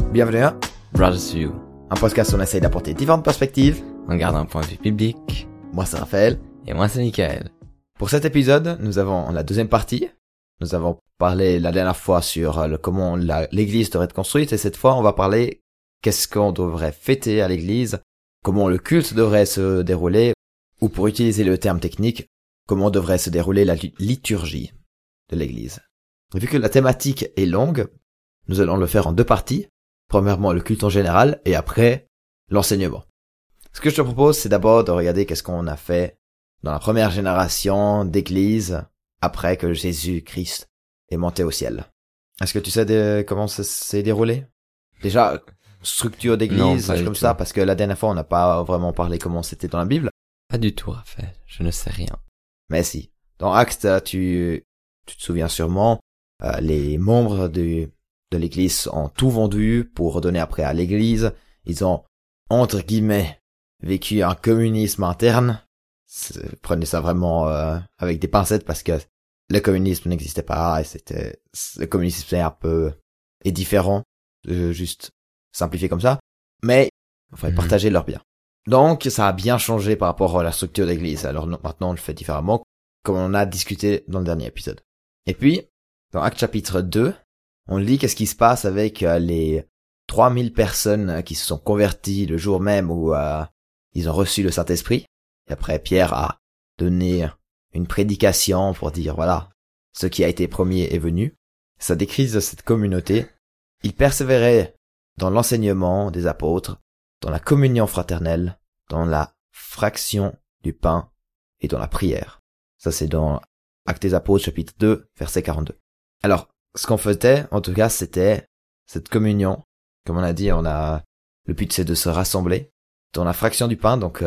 Bienvenue à Brothers View, un podcast où on essaye d'apporter différentes perspectives. on garde un point de vue biblique. Moi c'est Raphaël. Et moi c'est Michael. Pour cet épisode, nous avons la deuxième partie. Nous avons parlé la dernière fois sur comment l'église devrait être construite, et cette fois on va parler qu'est-ce qu'on devrait fêter à l'église, comment le culte devrait se dérouler, ou pour utiliser le terme technique, comment devrait se dérouler la liturgie de l'église. Et vu que la thématique est longue, nous allons le faire en deux parties. Premièrement, le culte en général, et après, l'enseignement. Ce que je te propose, c'est d'abord de regarder qu'est-ce qu'on a fait dans la première génération d'église après que Jésus-Christ est monté au ciel. Est-ce que tu sais comment ça s'est déroulé? Déjà, structure d'église, Non, pas comme du ça, tout. parce que la dernière fois, on n'a pas vraiment parlé comment c'était dans la Bible. Pas du tout, Raphaël. Je ne sais rien. Mais si. Dans Actes, tu te souviens sûrement, les membres de l'église ont tout vendu pour donner après à l'église. Ils ont, entre guillemets, vécu un communisme interne. Prenez ça vraiment avec des pincettes parce que le communisme n'existait pas et le communisme c'est un peu est différent, juste simplifié comme ça. Mais il fallait partager leurs biens. Donc ça a bien changé par rapport à la structure de l'église. Alors maintenant on le fait différemment, comme on a discuté dans le dernier épisode. Et puis dans Actes chapitre 2, on lit qu'est-ce qui se passe avec les 3000 personnes qui se sont converties le jour même où ils ont reçu le Saint-Esprit. Et après, Pierre a donné une prédication pour dire, voilà, ce qui a été promis est venu. Ça décrit de cette communauté. Ils persévéraient dans l'enseignement des apôtres, dans la communion fraternelle, dans la fraction du pain et dans la prière. Ça, c'est dans Actes des Apôtres, chapitre 2, verset 42. Alors, ce qu'on faisait, en tout cas, c'était cette communion. Comme on a dit, le but c'est de se rassembler dans la fraction du pain, donc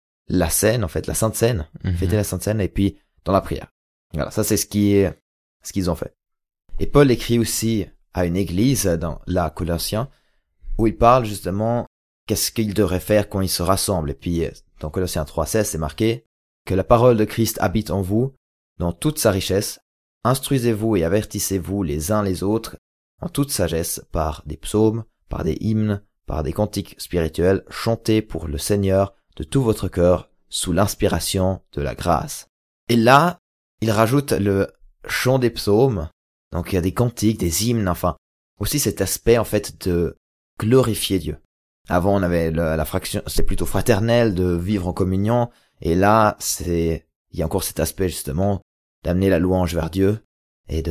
la scène, en fait, la Sainte Seine, fêter la Sainte Seine, et puis dans la prière. Voilà, ça c'est ce qu'ils ont fait. Et Paul écrit aussi à une église dans la Colossiens, où il parle justement qu'est-ce qu'ils devraient faire quand ils se rassemblent. Et puis dans Colossiens 3,16, c'est marqué que la parole de Christ habite en vous dans toute sa richesse. Instruisez-vous et avertissez-vous les uns les autres en toute sagesse par des psaumes, par des hymnes, par des cantiques spirituels, chantés pour le Seigneur de tout votre cœur sous l'inspiration de la grâce. Et là, il rajoute le chant des psaumes. Donc il y a des cantiques, des hymnes, enfin aussi cet aspect en fait de glorifier Dieu. Avant on avait la fraction, c'est plutôt fraternel de vivre en communion, et là il y a encore cet aspect justement d'amener la louange vers Dieu et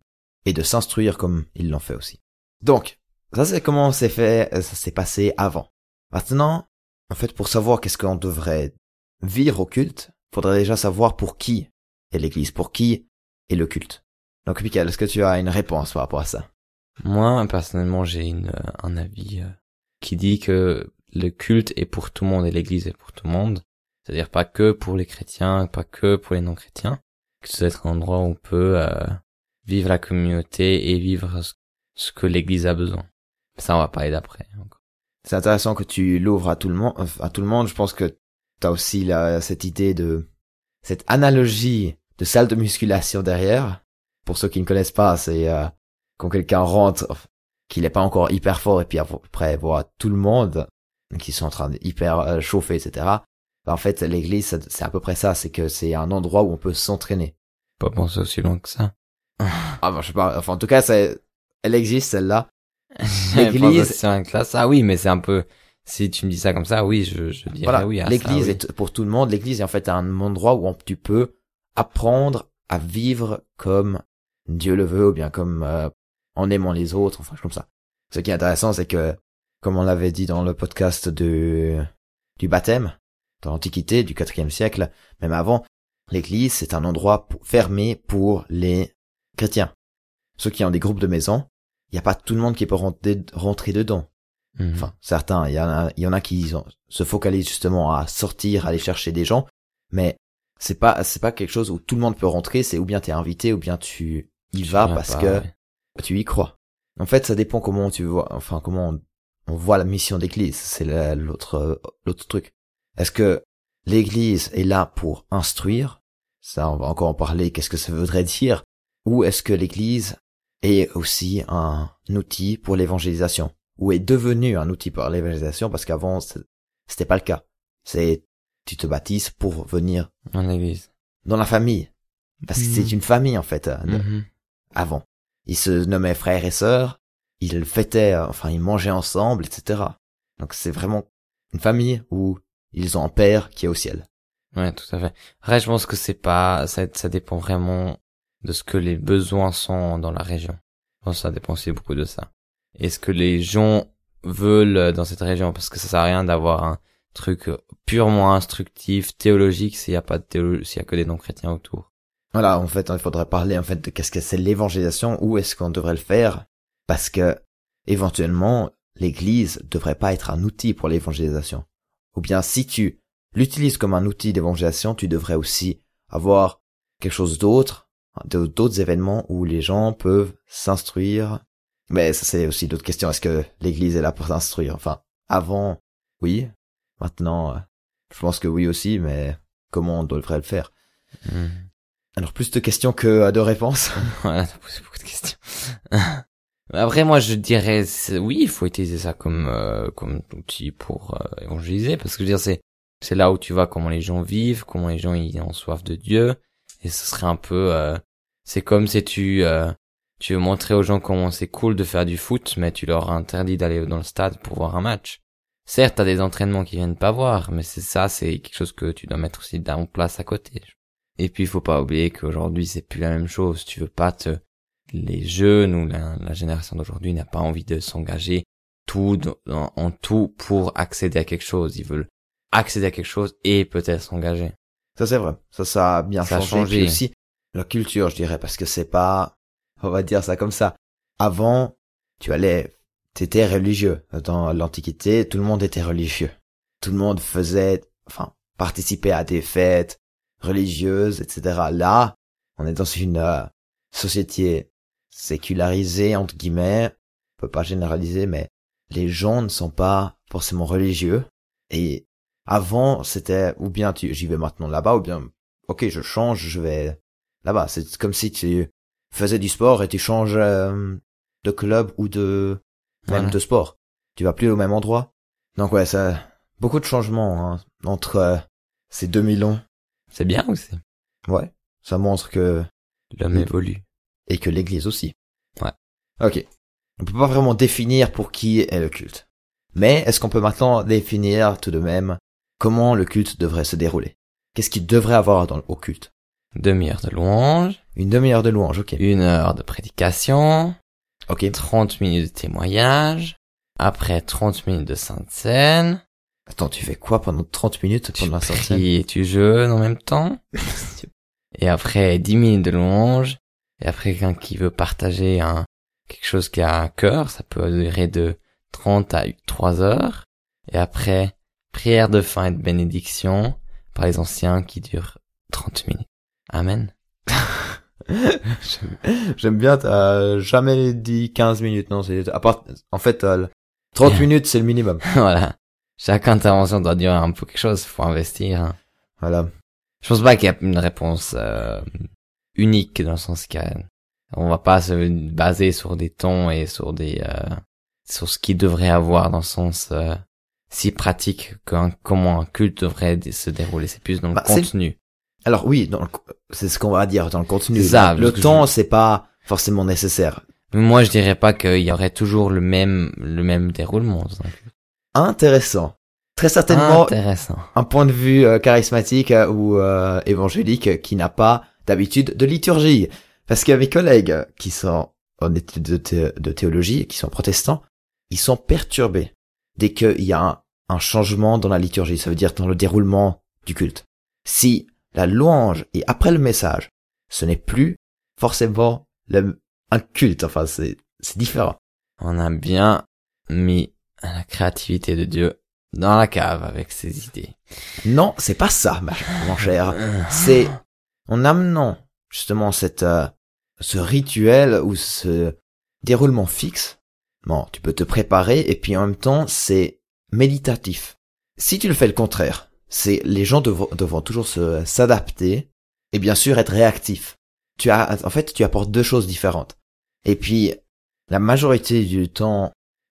de s'instruire comme ils l'ont fait aussi. Donc, ça c'est comment ça s'est passé avant. Maintenant, en fait, pour savoir qu'est-ce qu'on devrait vivre au culte, faudrait déjà savoir pour qui est l'église, pour qui est le culte. Donc, Michael, est-ce que tu as une réponse par rapport à ça? Moi, personnellement, j'ai un avis qui dit que le culte est pour tout le monde et l'église est pour tout le monde. C'est-à-dire pas que pour les chrétiens, pas que pour les non-chrétiens. Que ce soit être un endroit où on peut vivre la communauté et vivre ce que l'église a besoin. Ça, on va parler d'après. C'est intéressant que tu l'ouvres à tout le monde. Je pense que t'as aussi cette idée cette analogie de salle de musculation derrière. Pour ceux qui ne connaissent pas, c'est quand quelqu'un rentre, qu'il n'est pas encore hyper fort, et puis après voit tout le monde qui sont en train de hyper chauffer, etc. En fait, l'église, c'est à peu près ça, c'est que c'est un endroit où on peut s'entraîner. Pas penser aussi loin que ça. Ah ben, je sais pas, enfin, en tout cas, elle existe, celle-là. L'église. Ah oui, mais c'est un peu, si tu me dis ça comme ça, oui, je dirais voilà, oui à l'église ça, oui. est pour tout le monde. L'église est en fait un endroit où tu peux apprendre à vivre comme Dieu le veut, ou bien comme en aimant les autres, enfin, comme ça. Ce qui est intéressant, c'est que, comme on l'avait dit dans le podcast du baptême, dans l'Antiquité, du 4e siècle, même avant, l'église, c'est un endroit fermé pour les chrétiens. Ceux qui ont des groupes de maisons, il n'y a pas tout le monde qui peut rentrer dedans. Enfin, certains, il y en a qui se focalisent justement à sortir, aller chercher des gens, mais c'est pas quelque chose où tout le monde peut rentrer, c'est ou bien t'es invité, ou bien tu y vas parce que tu y crois. En fait, ça dépend comment tu vois, enfin, comment on voit la mission d'église, c'est l'autre truc. Est-ce que l'église est là pour instruire? Ça, on va encore en parler, qu'est-ce que ça voudrait dire? Ou est-ce que l'église est aussi un outil pour l'évangélisation? ou est devenu un outil pour l'évangélisation, parce qu'avant, c'était pas le cas. Tu te baptises pour venir dans l'église. Dans la famille. Parce que c'est une famille, en fait, avant. Ils se nommaient frères et sœurs, ils fêtaient, ils mangeaient ensemble, etc. Donc c'est vraiment une famille où ils ont un père qui est au ciel. Ouais, tout à fait. Après, je pense que ça dépend vraiment de ce que les besoins sont dans la région. Je pense que ça dépend aussi beaucoup de ça. Et ce que les gens veulent dans cette région, parce que ça sert à rien d'avoir un truc purement instructif, théologique, s'il y a que des non-chrétiens autour. Voilà, en fait, il faudrait parler, en fait, de qu'est-ce que c'est l'évangélisation, où est-ce qu'on devrait le faire, parce que, éventuellement, l'église devrait pas être un outil pour l'évangélisation. Ou bien, si tu l'utilises comme un outil d'évangélisation, tu devrais aussi avoir quelque chose d'autres événements où les gens peuvent s'instruire. Mais ça, c'est aussi d'autres questions. Est-ce que l'église est là pour s'instruire? Enfin, avant, oui. Maintenant, je pense que oui aussi, mais comment on devrait le faire? Alors, plus de questions que de réponses. Voilà, t'as posé beaucoup de questions. Après, moi, je dirais, oui, il faut utiliser ça comme outil pour évangéliser, parce que je veux dire, c'est là où tu vois comment les gens vivent, comment les gens ils ont soif de Dieu, et ce serait un peu, c'est comme si tu veux montrer aux gens comment c'est cool de faire du foot, mais tu leur interdis d'aller dans le stade pour voir un match. Certes, t'as des entraînements qu'ils viennent pas voir, mais c'est quelque chose que tu dois mettre aussi en place à côté. Et puis, il faut pas oublier qu'aujourd'hui, c'est plus la même chose. Tu veux pas les jeunes ou la génération d'aujourd'hui n'a pas envie de s'engager en tout pour accéder à quelque chose. Ils veulent accéder à quelque chose et peut-être s'engager. Ça, c'est vrai. Ça a bien changé. Puis aussi, la culture, je dirais, parce que c'est pas, on va dire ça comme ça. Avant, t'étais religieux. Dans l'Antiquité, tout le monde était religieux. Tout le monde participait à des fêtes religieuses, etc. Là, on est dans une société sécularisée, entre guillemets. On peut pas généraliser, mais les gens ne sont pas forcément religieux. Et avant, c'était, ou bien j'y vais maintenant là-bas, ou bien, ok, je change, je vais là-bas. C'est comme si tu faisais du sport et tu changes de club ou même de sport. Tu vas plus au même endroit. Donc ouais, ça, beaucoup de changements entre ces 2000 ans. C'est bien aussi. Ouais, ça montre que l'homme évolue. Et que l'église aussi. Ouais. Ok. On peut pas vraiment définir pour qui est le culte. Mais est-ce qu'on peut maintenant définir tout de même comment le culte devrait se dérouler? Qu'est-ce qu'il devrait avoir au culte? Une demi-heure de louange. Une demi-heure de louange, ok. 1 heure de prédication. Ok. 30 minutes de témoignage. Après 30 minutes de sainte scène. Attends, tu fais quoi pendant 30 minutes pendant la sainte scène? Et tu jeûnes en même temps. Et après 10 minutes de louange. Et après quelqu'un qui veut partager quelque chose qui a à cœur, ça peut durer de 30 à 3 heures. Et après, prière de fin et de bénédiction par les anciens qui dure 30 minutes. Amen. J'aime bien, t'as jamais dit 15 minutes, non, en fait, 30 minutes, c'est le minimum. Voilà. Chaque intervention doit durer un peu quelque chose, faut investir. Hein. Voilà. Je pense pas qu'il y a une réponse unique dans le sens qu'on va pas se baser sur des tons et sur ce qu'il devrait avoir dans le sens si pratique comment un culte devrait se dérouler. C'est plus dans le contenu. Alors oui, c'est ce qu'on va dire dans le contenu. Ça, le temps, c'est pas forcément nécessaire. Moi, je dirais pas qu'il y aurait toujours le même déroulement dans un culte. Intéressant. Très certainement intéressant. Un point de vue charismatique ou évangélique qui n'a pas d'habitude de liturgie. Parce que mes collègues qui sont en études de théologie et qui sont protestants, ils sont perturbés dès qu'il y a un changement dans la liturgie, ça veut dire dans le déroulement du culte. Si la louange est après le message, ce n'est plus forcément un culte, enfin c'est différent. On a bien mis la créativité de Dieu dans la cave avec ses idées. Non, c'est pas ça, mon cher. C'est en amenant justement ce rituel ou ce déroulement fixe. Bon, tu peux te préparer et puis en même temps, c'est méditatif. Si tu le fais le contraire, c'est les gens devront toujours s'adapter et bien sûr être réactifs. Tu apportes deux choses différentes. Et puis, la majorité du temps,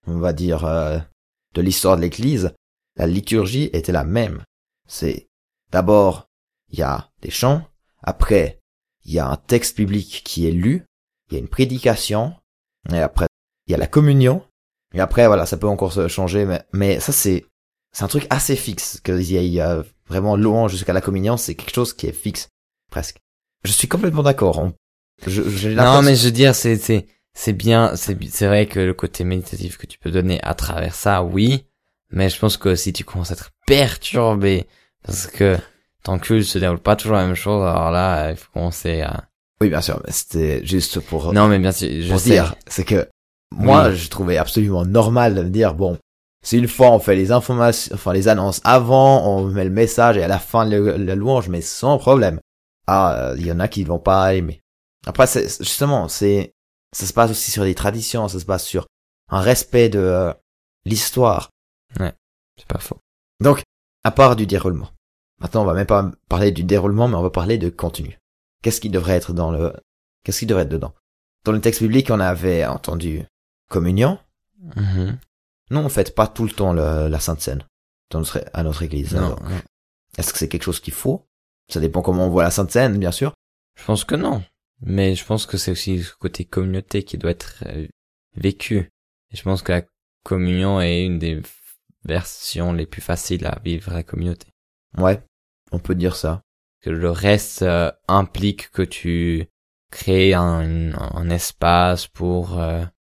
on va dire, de l'histoire de l'Église, la liturgie était la même. C'est, d'abord, il y a des chants, après, il y a un texte biblique qui est lu, il y a une prédication, et après, il y a la communion, et après, voilà, ça peut encore se changer, mais ça, c'est un truc assez fixe, qu'il y a vraiment louange jusqu'à la communion, c'est quelque chose qui est fixe, presque. Je suis complètement d'accord. Non, mais je veux dire, c'est bien, c'est vrai que le côté méditatif que tu peux donner à travers ça, oui, mais je pense que si tu commences à être perturbé, parce que ton culte se déroule pas toujours la même chose, alors là, il faut commencer à... Oui, bien sûr, mais c'était juste pour... Non, mais bien sûr, je sais. Dire, c'est que, moi, Oui. je trouvais absolument normal de me dire, bon, si une fois on fait les informations, enfin les annonces avant, on met le message et à la fin la louange, mais sans problème. Ah, il y en a qui vont pas aimer. Après, justement, ça se base aussi sur des traditions, ça se base sur un respect de l'histoire. Ouais, c'est pas faux. Donc, à part du déroulement. Maintenant, on va même pas parler du déroulement, mais on va parler de contenu. Qu'est-ce qui devrait être dedans? Dans le texte biblique, on avait entendu communion. Mhm. Nous, on fête pas tout le temps la Sainte Seine à notre église. Non, Alors, non. est-ce que c'est quelque chose qu'il faut? Ça dépend comment on voit la Sainte Seine, bien sûr. Je pense que non. Mais je pense que c'est aussi le côté communauté qui doit être vécu. Et je pense que la communion est une des versions les plus faciles à vivre à la communauté. Ouais, on peut dire ça. Que le reste implique que tu crées un espace pour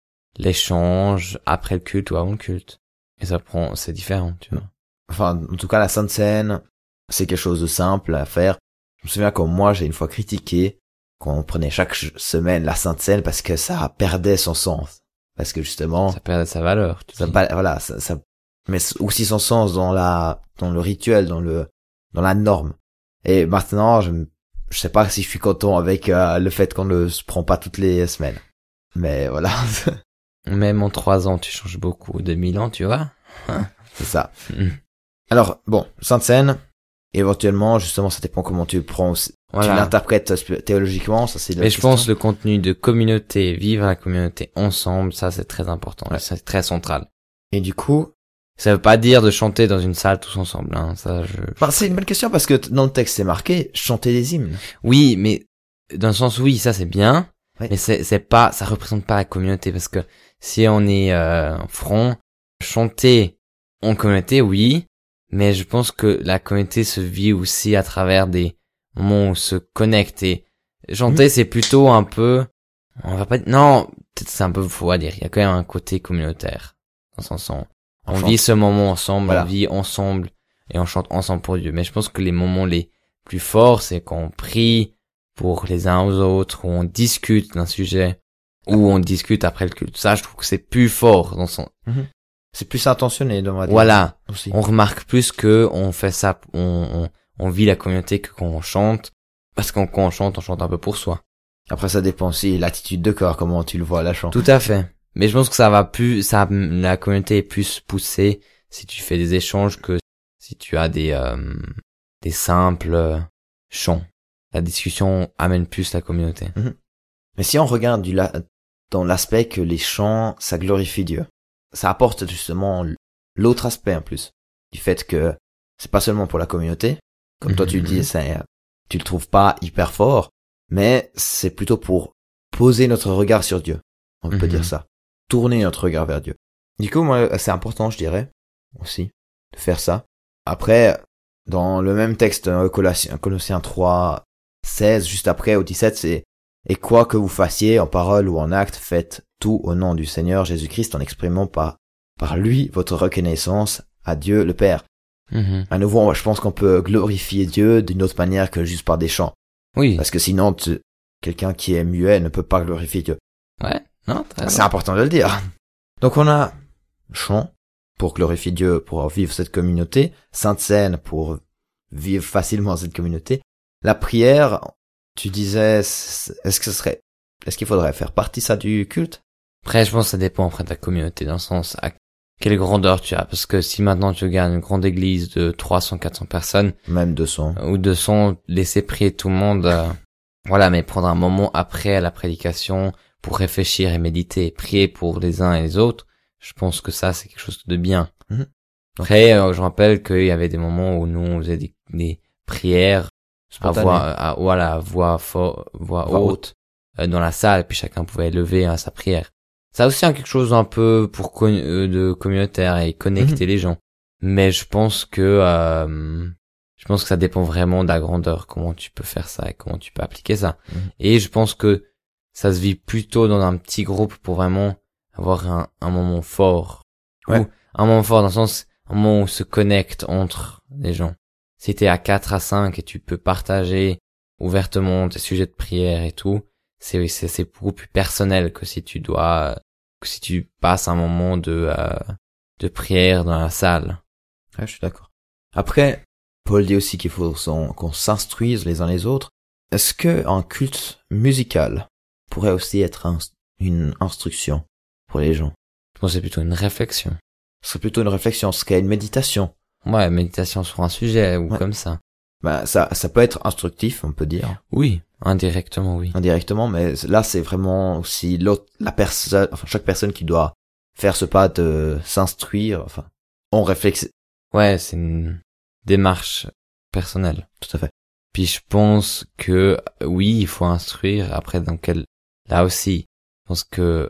l'échange après le culte ou avant le culte. Et c'est différent, tu vois. Enfin, en tout cas, la Sainte Seine, c'est quelque chose de simple à faire. Je me souviens comme moi, j'ai une fois critiqué qu'on prenait chaque semaine la Sainte Seine parce que ça perdait son sens. Parce que justement, Ça perd sa valeur. voilà, ça mais aussi son sens dans le rituel, dans la norme. Et maintenant, je sais pas si je suis content avec le fait qu'on ne se prend pas toutes les semaines. Mais voilà. Même en 3 ans, tu changes beaucoup. 2000 ans, tu vois. C'est ça. Alors, bon, Sainte Seine, éventuellement, justement, ça dépend comment tu le prends aussi. Voilà. Tu l'interprètes théologiquement, ça c'est Mais je pense le contenu de communauté, vivre la communauté ensemble, ça c'est très important. Ouais. C'est très central. Et du coup, Ça veut pas dire de chanter dans une salle tous ensemble, hein. c'est une bonne question parce que dans le texte c'est marqué chanter des hymnes. Oui, mais dans le sens oui, ça c'est bien, Oui. mais c'est pas, ça représente pas la communauté parce que si on est en front, chanter en communauté, oui, mais je pense que la communauté se vit aussi à travers des moments où on se connecte et chanter c'est plutôt un peu, on va pas, non, peut-être c'est un peu faux à dire. Il y a quand même un côté communautaire dans le sens où on vit ce moment ensemble, Voilà. on vit ensemble et on chante ensemble pour Dieu. Mais je pense que les moments les plus forts, c'est quand on prie pour les uns aux autres, où on discute d'un sujet, où on discute après le culte. Ça, je trouve que c'est plus fort dans son... C'est plus intentionné, on va dire. Voilà. Aussi. On remarque plus que on fait ça, on vit la communauté que quand on chante. Parce que quand on chante un peu pour soi. Après, ça dépend aussi l'attitude de corps, comment tu le vois à la chant. Tout à fait. Mais je pense que ça va plus, la communauté est plus poussée si tu fais des échanges que si tu as des simples chants. La discussion amène plus la communauté. Mais si on regarde dans l'aspect que les chants, ça glorifie Dieu, ça apporte justement l'autre aspect en plus. Du fait que c'est pas seulement pour la communauté, comme toi tu le dis, tu le trouves pas hyper fort, mais c'est plutôt pour poser notre regard sur Dieu. On peut dire ça. Tourner notre regard vers Dieu. Du coup, moi, c'est important, je dirais, aussi, de faire ça. Après, dans le même texte, Colossiens 3, 16, juste après, au 17, c'est « Et quoi que vous fassiez, en parole ou en acte, faites tout au nom du Seigneur Jésus-Christ en exprimant par lui votre reconnaissance à Dieu le Père. » À nouveau, je pense qu'on peut glorifier Dieu d'une autre manière que juste par des chants. Oui. Parce que sinon, quelqu'un qui est muet ne peut pas glorifier Dieu. Ouais. Non, très C'est bien. important de le dire. Donc on a chant pour glorifier Dieu, pour vivre cette communauté, Sainte Seine pour vivre facilement cette communauté. La prière, tu disais, est-ce qu'il faudrait faire partie ça du culte? Après, je pense que ça dépend après de ta communauté, dans le sens à quelle grandeur tu as. Parce que si maintenant tu regardes une grande église de 300, 400 personnes. Même 200. Ou 200, laisser prier tout le monde, voilà, mais prendre un moment après la prédication pour réfléchir et méditer, prier pour les uns et les autres, je pense que ça, c'est quelque chose de bien. Mhm. Après, je rappelle qu'il y avait des moments où nous, on faisait des prières Spontané. à voix haute, dans la salle, puis chacun pouvait lever sa prière. Ça a aussi quelque chose un peu de communautaire et connecter les gens. Mais je pense que ça dépend vraiment de la grandeur, comment tu peux faire ça et comment tu peux appliquer ça. Et je pense que ça se vit plutôt dans un petit groupe pour vraiment avoir un moment fort. Ouais. Ou un moment fort dans le sens, un moment où on se connecte entre les gens. Si t'es à 4 à 5 et tu peux partager ouvertement tes sujets de prière et tout, c'est beaucoup plus personnel que si tu passes un moment de prière dans la salle. Ouais, je suis d'accord. Après, Paul dit aussi qu'il faut qu'on s'instruise les uns les autres. Est-ce que un culte musical pourrait aussi être une instruction pour les gens? Je pense que c'est plutôt une réflexion. Ce serait plutôt une réflexion, ce serait une méditation. Ouais, méditation sur un sujet ou comme ça. Bah, ça peut être instructif, on peut dire. Oui, indirectement, oui. Indirectement, mais là, c'est vraiment aussi chaque personne qui doit faire ce pas de s'instruire, enfin, on réfléchit. Ouais, c'est une démarche personnelle. Tout à fait. Puis je pense que, oui, il faut instruire. Après, là aussi, je pense que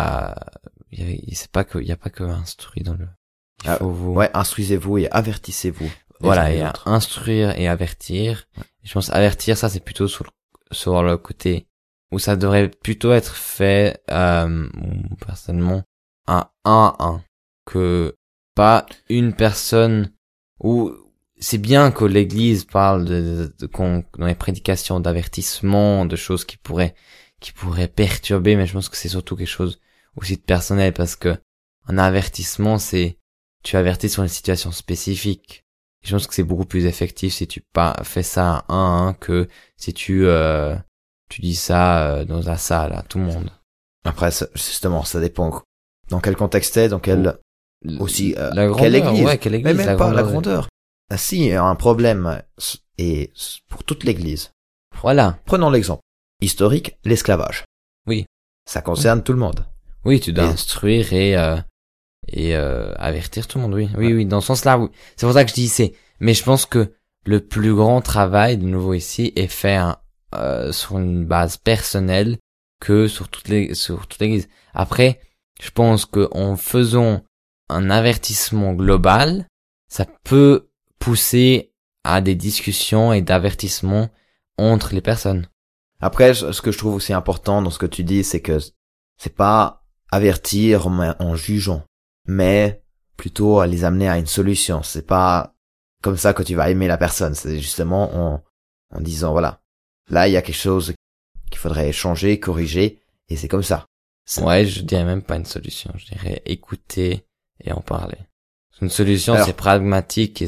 c'est pas que, il y a pas que instruire dans le, il faut ouais, instruisez-vous et avertissez-vous. Voilà, il y a instruire et avertir. Ouais. Je pense avertir, ça c'est plutôt sur le côté où ça devrait plutôt être fait personnellement un 1-1, que pas une personne. Où c'est bien que l'Église parle dans les prédications d'avertissement, de choses qui pourraient perturber, mais je pense que c'est surtout quelque chose aussi de personnel, parce que un avertissement, c'est tu avertis sur une situation spécifique. Je pense que c'est beaucoup plus effectif si tu fais ça à 1-1 que si tu dis ça dans la salle à tout le monde. Après, justement, ça dépend dans quel contexte c'est, dans quel aussi la grandeur, quelle église, ouais, quelle église, mais même pas la grandeur. Si il y a un problème et pour toute l'église. Voilà. Prenons l'exemple historique, l'esclavage. Oui. Ça concerne tout le monde. Oui, tu dois instruire et avertir tout le monde, oui. Oui, oui, dans ce sens-là, oui. C'est pour ça que je dis mais je pense que le plus grand travail, de nouveau ici, est fait sur une base personnelle que sur toute l'église. Après, je pense que en faisant un avertissement global, ça peut pousser à des discussions et d'avertissements entre les personnes. Après, ce que je trouve aussi important dans ce que tu dis, c'est que c'est pas avertir en jugeant, mais plutôt à les amener à une solution. C'est pas comme ça que tu vas aimer la personne. C'est justement en disant, voilà, là, il y a quelque chose qu'il faudrait changer, corriger, et c'est comme ça. Ouais, je dirais même pas une solution. Je dirais écouter et en parler. Une solution, c'est pragmatique et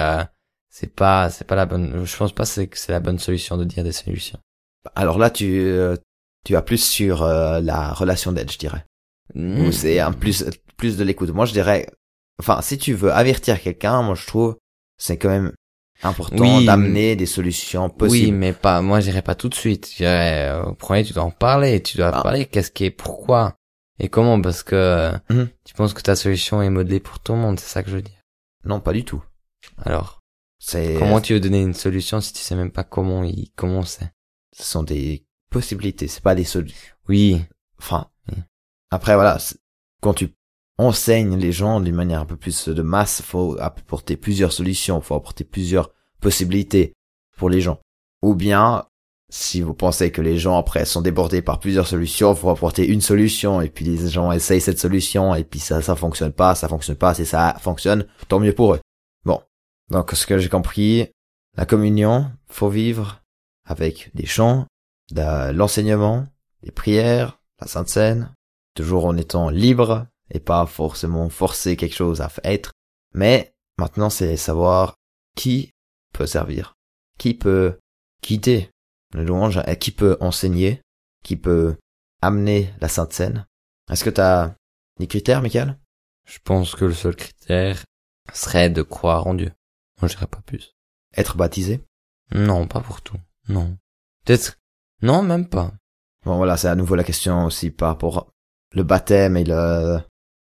c'est pas la bonne, je pense pas que c'est la bonne solution de dire des solutions. Alors là, tu as plus sur la relation d'aide, je dirais. Ou c'est un plus de l'écoute. Moi, je dirais, enfin, si tu veux avertir quelqu'un, moi, je trouve, c'est quand même important d'amener des solutions possibles. Oui, mais pas, moi, je dirais pas tout de suite. Je dirais, au premier, tu dois en parler, tu dois parler pourquoi et comment, parce que tu penses que ta solution est modelée pour tout le monde, c'est ça que je veux dire. Non, pas du tout. Alors, comment tu veux donner une solution si tu sais même pas comment c'est? Ce sont des possibilités, c'est pas des solutions. Oui. Enfin, après voilà, quand tu enseignes les gens d'une manière un peu plus de masse, faut apporter plusieurs solutions, faut apporter plusieurs possibilités pour les gens. Ou bien, si vous pensez que les gens après sont débordés par plusieurs solutions, faut apporter une solution et puis les gens essayent cette solution et puis ça fonctionne pas, si ça fonctionne, tant mieux pour eux. Bon. Donc ce que j'ai compris, la communion, faut vivre avec des chants, de l'enseignement, des prières, la Sainte Seine, toujours en étant libre et pas forcément forcer quelque chose à être. Mais maintenant, c'est savoir qui peut servir, qui peut guider le louange, qui peut enseigner, qui peut amener la Sainte Seine. Est-ce que tu as des critères, Michael? Je pense que le seul critère serait de croire en Dieu. Moi, je dirais pas plus. Être baptisé? Non, pas pour tout. Non. Peut-être. Non, même pas. Bon, voilà, c'est à nouveau la question aussi par rapport le baptême et la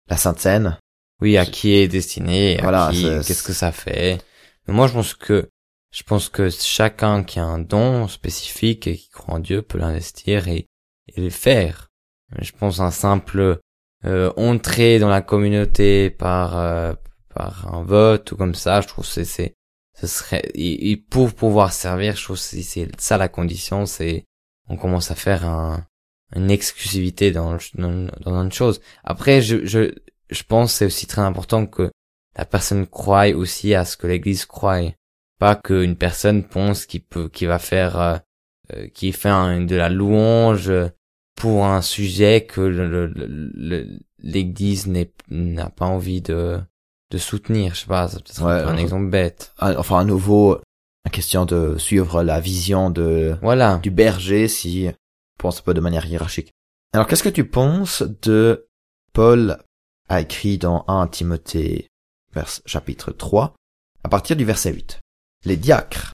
la Sainte Seine. Oui, à qui est destiné, Voilà, qu'est-ce que ça fait. Mais moi, je pense que chacun qui a un don spécifique et qui croit en Dieu peut l'investir et le faire. Je pense un simple entrer dans la communauté par un vote ou comme ça, je trouve que ce serait et pour pouvoir servir, je trouve que c'est ça la condition, c'est on commence à faire une exclusivité dans une chose. Après je pense que c'est aussi très important que la personne croie aussi à ce que l'église croit, pas qu'une personne pense qui va faire qui fait de la louange pour un sujet que l'église n'a pas envie de soutenir. Je sais pas, c'est peut-être un exemple bête. Enfin, à nouveau, la question de suivre la vision du berger, si on pense un peu de manière hiérarchique. Alors, qu'est-ce que tu penses de Paul a écrit dans 1 Timothée, chapitre 3, à partir du verset 8. Les diacres,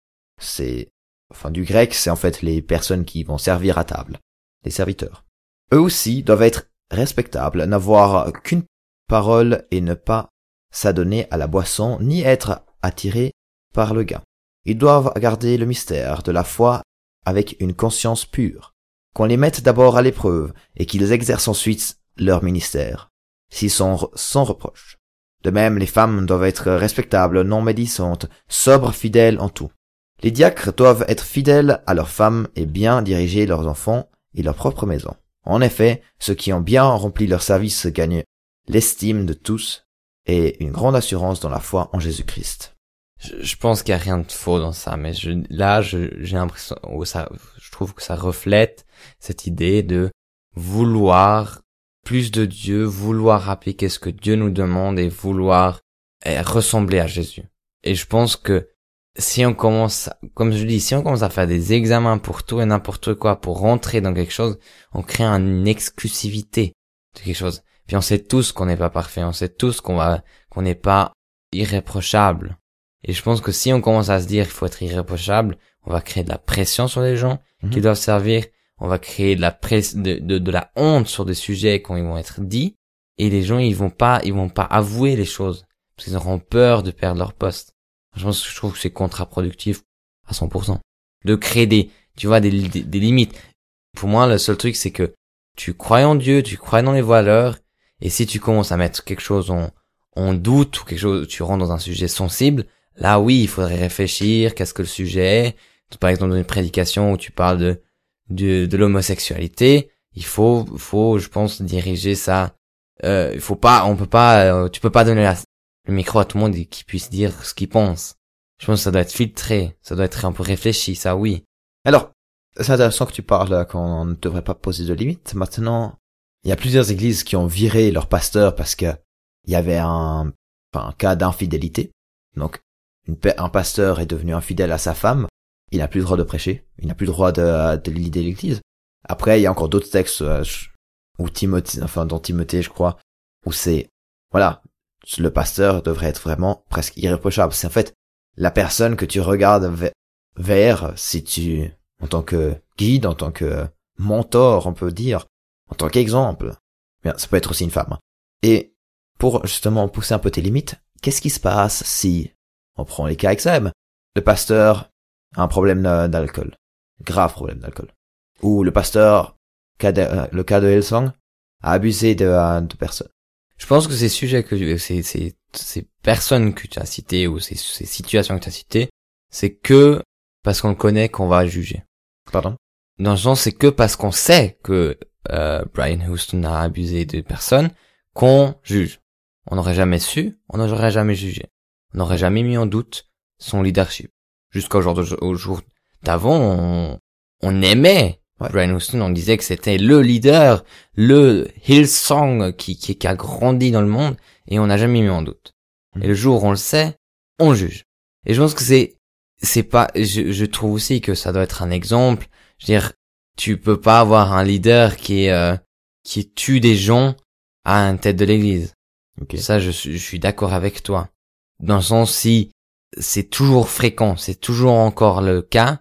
du grec, c'est en fait les personnes qui vont servir à table. Les serviteurs. Eux aussi doivent être respectables, n'avoir qu'une parole et ne pas s'adonner à la boisson, ni être attirés par le gain. Ils doivent garder le mystère de la foi avec une conscience pure, qu'on les mette d'abord à l'épreuve et qu'ils exercent ensuite leur ministère, s'ils sont sans reproche. De même, les femmes doivent être respectables, non médisantes, sobres, fidèles en tout. Les diacres doivent être fidèles à leurs femmes et bien diriger leurs enfants et leur propre maison. En effet, ceux qui ont bien rempli leur service gagnent l'estime de tous et une grande assurance dans la foi en Jésus-Christ. Je pense qu'il y a rien de faux dans ça, mais j'ai l'impression, je trouve que ça reflète cette idée de vouloir plus de Dieu, vouloir appliquer ce que Dieu nous demande et vouloir ressembler à Jésus. Et je pense que si on commence à faire des examens pour tout et n'importe quoi, pour rentrer dans quelque chose, on crée une exclusivité de quelque chose. Puis on sait tous qu'on n'est pas parfait, on sait tous qu'on n'est pas irréprochable. Et je pense que si on commence à se dire qu'il faut être irréprochable, on va créer de la pression sur les gens qui doivent servir, on va créer de la honte sur des sujets quand ils vont être dits, et les gens ils vont pas avouer les choses parce qu'ils auront peur de perdre leur poste. Je trouve que c'est contre-productif à 100%. De créer des limites. Pour moi, le seul truc, c'est que tu crois en Dieu, tu crois dans les valeurs, et si tu commences à mettre quelque chose en doute, ou quelque chose, tu rentres dans un sujet sensible, là oui, il faudrait réfléchir, qu'est-ce que le sujet est. Par exemple, dans une prédication où tu parles de l'homosexualité, il faut, je pense, diriger ça. Tu peux pas donner le micro à tout le monde et qu'il puisse dire ce qu'il pense. Je pense que ça doit être filtré, ça doit être un peu réfléchi, ça oui. Alors, c'est intéressant que tu parles qu'on ne devrait pas poser de limites. Maintenant, il y a plusieurs églises qui ont viré leur pasteur parce que il y avait un cas d'infidélité. Donc, un pasteur est devenu infidèle à sa femme, il n'a plus le droit de prêcher, il n'a plus le droit de l'idée de l'église. Après, il y a encore d'autres textes dont Timothée, je crois, où c'est, voilà, le pasteur devrait être vraiment presque irréprochable. C'est en fait la personne que tu regardes vers, en tant que guide, en tant que mentor, on peut dire, en tant qu'exemple. Bien, ça peut être aussi une femme. Et pour justement pousser un peu tes limites, qu'est-ce qui se passe si, on prend les cas extrêmes, le pasteur a un problème d'alcool, grave problème d'alcool, ou le pasteur, le cas de Hillsong, a abusé de personnes. Je pense que ces sujets ces personnes que tu as citées ou ces situations que tu as citées, c'est que parce qu'on le connaît qu'on va juger. Pardon? Dans le sens, c'est que parce qu'on sait que Brian Houston a abusé de personnes qu'on juge. On n'aurait jamais su, on n'aurait jamais jugé. On n'aurait jamais mis en doute son leadership. Jusqu'au jour d'avant, on aimait Brian Houston, on disait que c'était le leader, le Hillsong qui a grandi dans le monde, et on n'a jamais mis en doute. Et le jour où on le sait, on juge. Et je pense que c'est pas, je trouve aussi que ça doit être un exemple. Je veux dire, tu peux pas avoir un leader qui tue des gens à une tête de l'église. Okay. Ça, je suis d'accord avec toi. Dans le sens, si c'est toujours fréquent, c'est toujours encore le cas,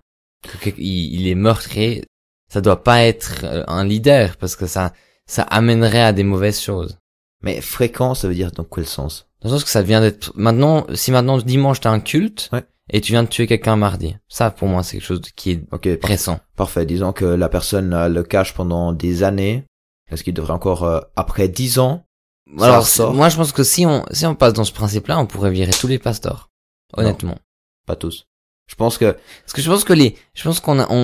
il est meurtrier, ça doit pas être un leader, parce que ça amènerait à des mauvaises choses. Mais fréquent, ça veut dire dans quel sens? Dans le sens que ça vient d'être, si maintenant dimanche t'as un culte, Ouais. et tu viens de tuer quelqu'un mardi. Ça, pour moi, c'est quelque chose qui est Ok, récent. parfait. Disons que la personne le cache pendant des années. Est-ce qu'il devrait encore, après 10 ans, ça Alors, ressort? moi, je pense que si on passe dans ce principe-là, on pourrait virer tous les pasteurs. Honnêtement. Pas tous. Je pense que, Parce que je pense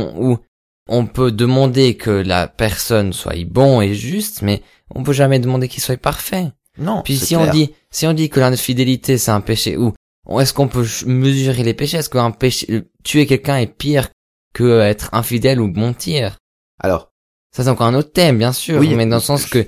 on peut demander que la personne soit bon et juste, mais on peut jamais demander qu'il soit parfait. non. Puis c'est si clair. on dit que l'infidélité c'est un péché, ou est-ce qu'on peut mesurer les péchés? Est-ce qu'un péché, tuer quelqu'un est pire que être infidèle ou mentir? Alors, Ça c'est encore un autre thème, bien sûr, Oui, mais dans le sens que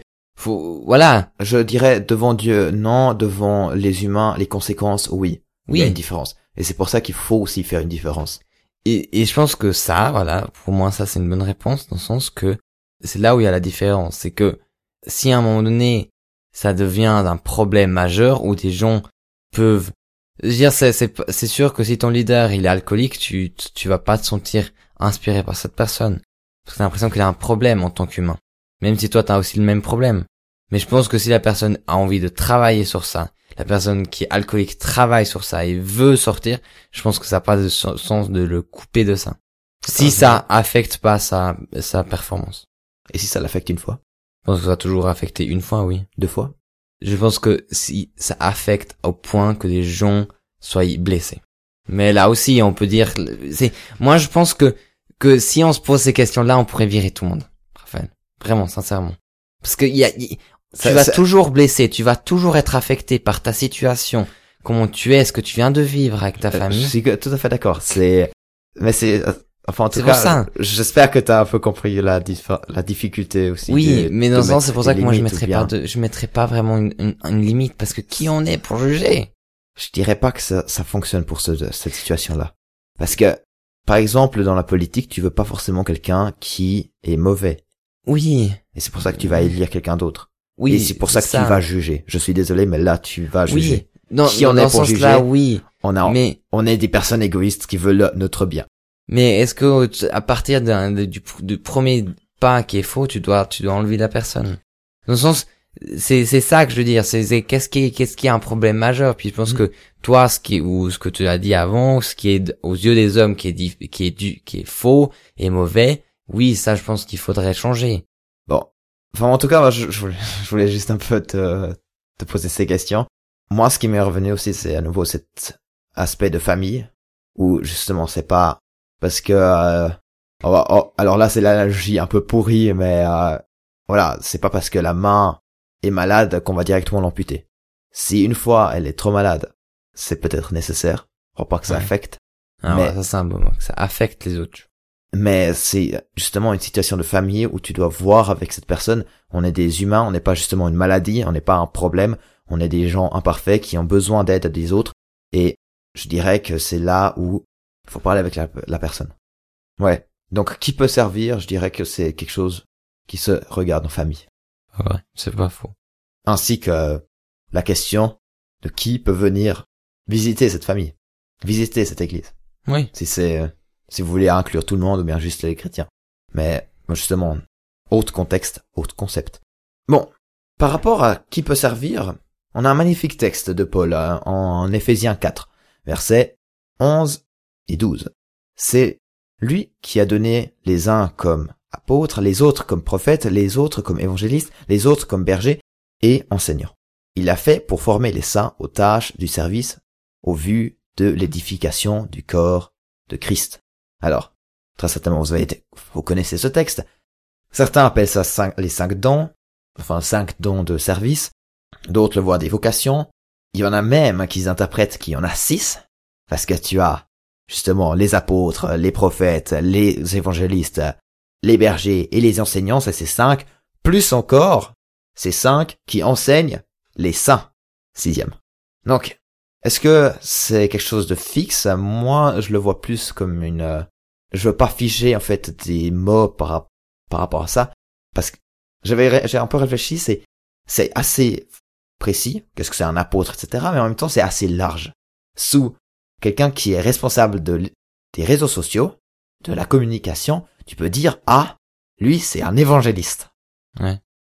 voilà. je dirais devant Dieu, non, devant les humains, les conséquences, oui. Il y a Oui. une différence. Et c'est pour ça qu'il faut aussi faire une différence. Et je pense que ça, voilà, pour moi, ça, c'est une bonne réponse, dans le sens que c'est là où il y a la différence. C'est que si à un moment donné, ça devient un problème majeur où des gens peuvent, je veux dire, c'est sûr que si ton leader, il est alcoolique, tu vas pas te sentir inspiré par cette personne. Parce que t'as l'impression qu'il a un problème en tant qu'humain. Même si toi, t'as aussi le même problème. Mais je pense que si la personne a envie de travailler sur ça, la personne qui est alcoolique travaille sur ça et veut sortir, je pense que ça n'a pas de sens de le couper de ça. Si ça affecte pas sa performance. Et si ça l'affecte une fois? Je pense que ça va toujours affecter une fois, oui. 2 fois? Je pense que si ça affecte au point que les gens soient blessés. Mais là aussi, on peut dire, moi je pense que si on se pose ces questions-là, on pourrait virer tout le monde. Raphaël. Vraiment, sincèrement. Parce que tu vas toujours blesser, tu vas toujours être affecté par ta situation, comment tu es, ce que tu viens de vivre avec ta famille. Je suis tout à fait d'accord. Enfin, en tout C'est cas, pour ça. j'espère que t'as un peu compris la difficulté aussi. Oui, mais dans un sens, c'est pour ça que moi je mettrais mettrais pas vraiment une limite, parce que qui on est pour juger? Je dirais pas que ça fonctionne pour cette situation-là. Parce que, par exemple, dans la politique, tu veux pas forcément quelqu'un qui est mauvais. Oui. Et c'est pour ça que tu vas élire quelqu'un d'autre. Oui. Et c'est pour ça que tu vas juger. Je suis désolé, mais là, tu vas juger. Oui. Dans on est est pour pour ce juger, sens-là, oui. On est des personnes égoïstes qui veulent notre bien. Mais est-ce que, à partir du premier pas qui est faux, tu dois enlever la personne? Dans le sens, c'est ça que je veux dire, c'est qu'est-ce qui est un problème majeur. Puis je pense que toi, ce que tu as dit avant, ce qui est aux yeux des hommes qui est faux et mauvais, oui, ça je pense qu'il faudrait changer. Bon, enfin en tout cas, je voulais juste un peu te poser ces questions. Moi, ce qui m'est revenu aussi, c'est à nouveau cet aspect de famille où justement c'est pas parce que alors là c'est l'analogie un peu pourrie, mais voilà, c'est pas parce que la main est malade qu'on va directement l'amputer. Si une fois elle est trop malade, c'est peut-être nécessaire, pour pas que ça affecte. Ah mais ouais, ça c'est un bon mot, que ça affecte les autres. Mais c'est justement une situation de famille où tu dois voir avec cette personne, on est des humains, on n'est pas justement une maladie, on n'est pas un problème, on est des gens imparfaits qui ont besoin d'aide des autres, et je dirais que c'est là où il faut parler avec la personne. Ouais. Donc, qui peut servir, je dirais que c'est quelque chose qui se regarde en famille. Ouais, c'est pas faux. Ainsi que la question de qui peut venir visiter cette famille, visiter cette église. Oui. Si vous voulez inclure tout le monde ou bien juste les chrétiens. Mais, justement, autre contexte, autre concept. Bon. Par rapport à qui peut servir, on a un magnifique texte de Paul en Éphésiens 4, versets 11 et 12. C'est lui qui a donné les uns comme apôtres, les autres comme prophètes, les autres comme évangélistes, les autres comme bergers et enseignants. Il l'a fait pour former les saints aux tâches du service, au vu de l'édification du corps de Christ. Alors, très certainement, vous connaissez ce texte. Certains appellent ça les 5 dons, enfin 5 dons de service. D'autres le voient des vocations. Il y en a même qui interprètent qu'il y en a 6, parce que tu as justement les apôtres, les prophètes, les évangélistes, les bergers et les enseignants, ça c'est 5, plus encore ces 5 qui enseignent les saints, 6e. Donc, est-ce que c'est quelque chose de fixe? Moi, je le vois plus comme je veux pas figer en fait des mots par rapport à ça, parce que j'ai un peu réfléchi, c'est assez précis, qu'est-ce que c'est un apôtre, etc., mais en même temps c'est assez large. Sous quelqu'un qui est responsable des réseaux sociaux, de la communication, tu peux dire, ah, lui c'est un évangéliste. Ouais.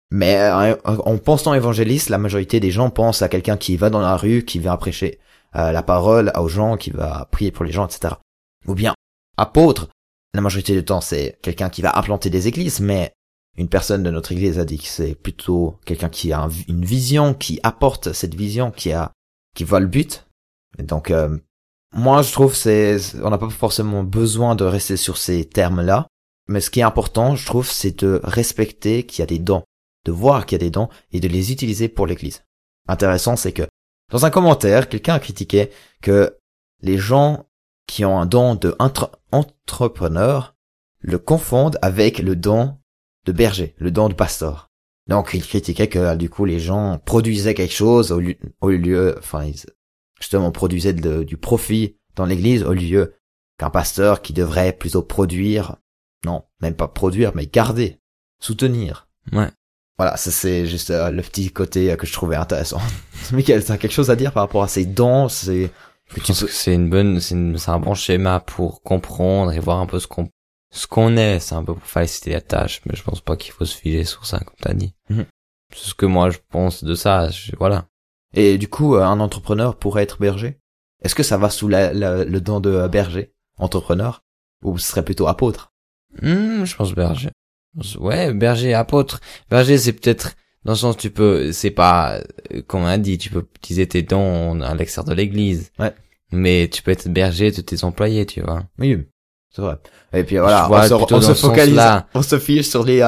Mais en pensant évangéliste, la majorité des gens pensent à quelqu'un qui va dans la rue, qui vient prêcher la parole aux gens, qui va prier pour les gens, etc. Ou bien apôtre. La majorité du temps, c'est quelqu'un qui va implanter des églises, mais une personne de notre église a dit que c'est plutôt quelqu'un qui a une vision, qui apporte cette vision, qui voit le but. Et donc, moi, je trouve on n'a pas forcément besoin de rester sur ces termes-là. Mais ce qui est important, je trouve, c'est de respecter qu'il y a des dons, de voir qu'il y a des dons et de les utiliser pour l'église. Intéressant, c'est que dans un commentaire, quelqu'un a critiqué que les gens qui ont un don de entrepreneur le confondent avec le don de berger, le don de pasteur. Donc, il critiquait que, du coup, les gens produisaient quelque chose ils justement produisaient du profit dans l'église au lieu qu'un pasteur qui devrait plutôt produire, non, même pas produire, mais garder, soutenir. Ouais. Voilà, ça c'est juste le petit côté que je trouvais intéressant. Michael, t'as quelque chose à dire par rapport à ces dons, Je pense que c'est un bon schéma pour comprendre et voir un peu ce qu'on est. C'est un peu pour faciliter la tâche, mais je pense pas qu'il faut se figer sur ça, comme t'as dit. Mhm. C'est ce que moi je pense de ça, voilà. Et du coup, un entrepreneur pourrait être berger? Est-ce que ça va sous le don de berger, entrepreneur? Ou ce serait plutôt apôtre? Je pense berger. Ouais, berger, apôtre. Berger, c'est peut-être, dans le sens, c'est pas, comme on a dit, tu peux utiliser tes dons à l'extérieur de l'église. Ouais. Mais tu peux être berger de tes employés, tu vois. Oui, c'est vrai. Et puis voilà, on se focalise, on se fiche sur ces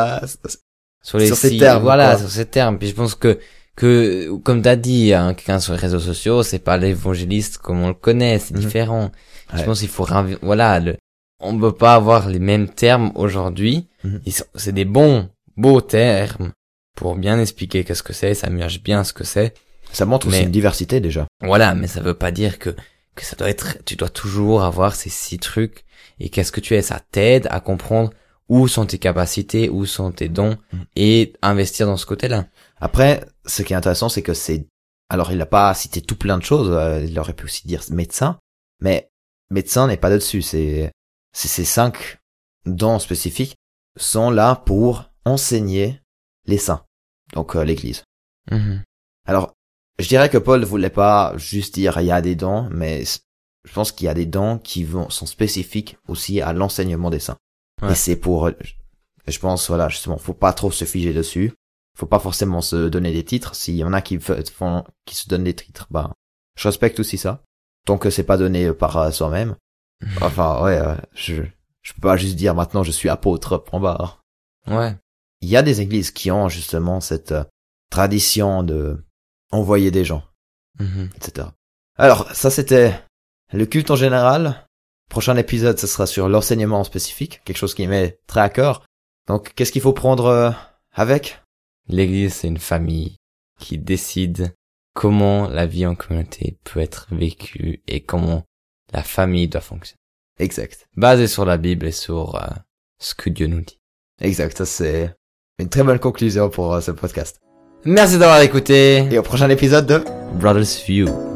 termes. Voilà, sur ces termes. Puis je pense que comme t'as dit, hein, quelqu'un sur les réseaux sociaux, c'est pas l'évangéliste comme on le connaît, c'est différent. Ouais. Je pense qu'il faut, on peut pas avoir les mêmes termes aujourd'hui. C'est des beaux termes pour bien expliquer qu'est-ce que c'est, ça merge bien ce que c'est. Ça montre aussi une diversité déjà. Voilà, mais ça veut pas dire que ça doit être, tu dois toujours avoir ces 6 trucs et qu'est-ce que tu es, ça t'aide à comprendre où sont tes capacités, où sont tes dons et investir dans ce côté-là. Après, ce qui est intéressant, c'est que alors il n'a pas cité tout plein de choses, il aurait pu aussi dire médecin, mais médecin n'est pas là-dessus, c'est ces 5 dons spécifiques sont là pour enseigner les saints, donc l'église. Alors, je dirais que Paul voulait pas juste dire il y a des dons, mais je pense qu'il y a des dons qui sont spécifiques aussi à l'enseignement des saints. Ouais. Et c'est pour, je pense, voilà, justement, faut pas trop se figer dessus. Faut pas forcément se donner des titres. S'il y en a qui se donnent des titres, je respecte aussi ça. Tant que c'est pas donné par soi-même. Enfin, ouais, je peux pas juste dire maintenant je suis apôtre, point barre. Ouais. Il y a des églises qui ont justement cette tradition de envoyer des gens, etc. Alors, ça c'était le culte en général. Prochain épisode, ce sera sur l'enseignement en spécifique, quelque chose qui m'est très à cœur. Donc, qu'est-ce qu'il faut prendre avec? L'église, c'est une famille qui décide comment la vie en communauté peut être vécue et comment la famille doit fonctionner. Exact. Basé sur la Bible et sur ce que Dieu nous dit. Exact, ça c'est une très bonne conclusion pour ce podcast. Merci d'avoir écouté. Et au prochain épisode de Brothers View.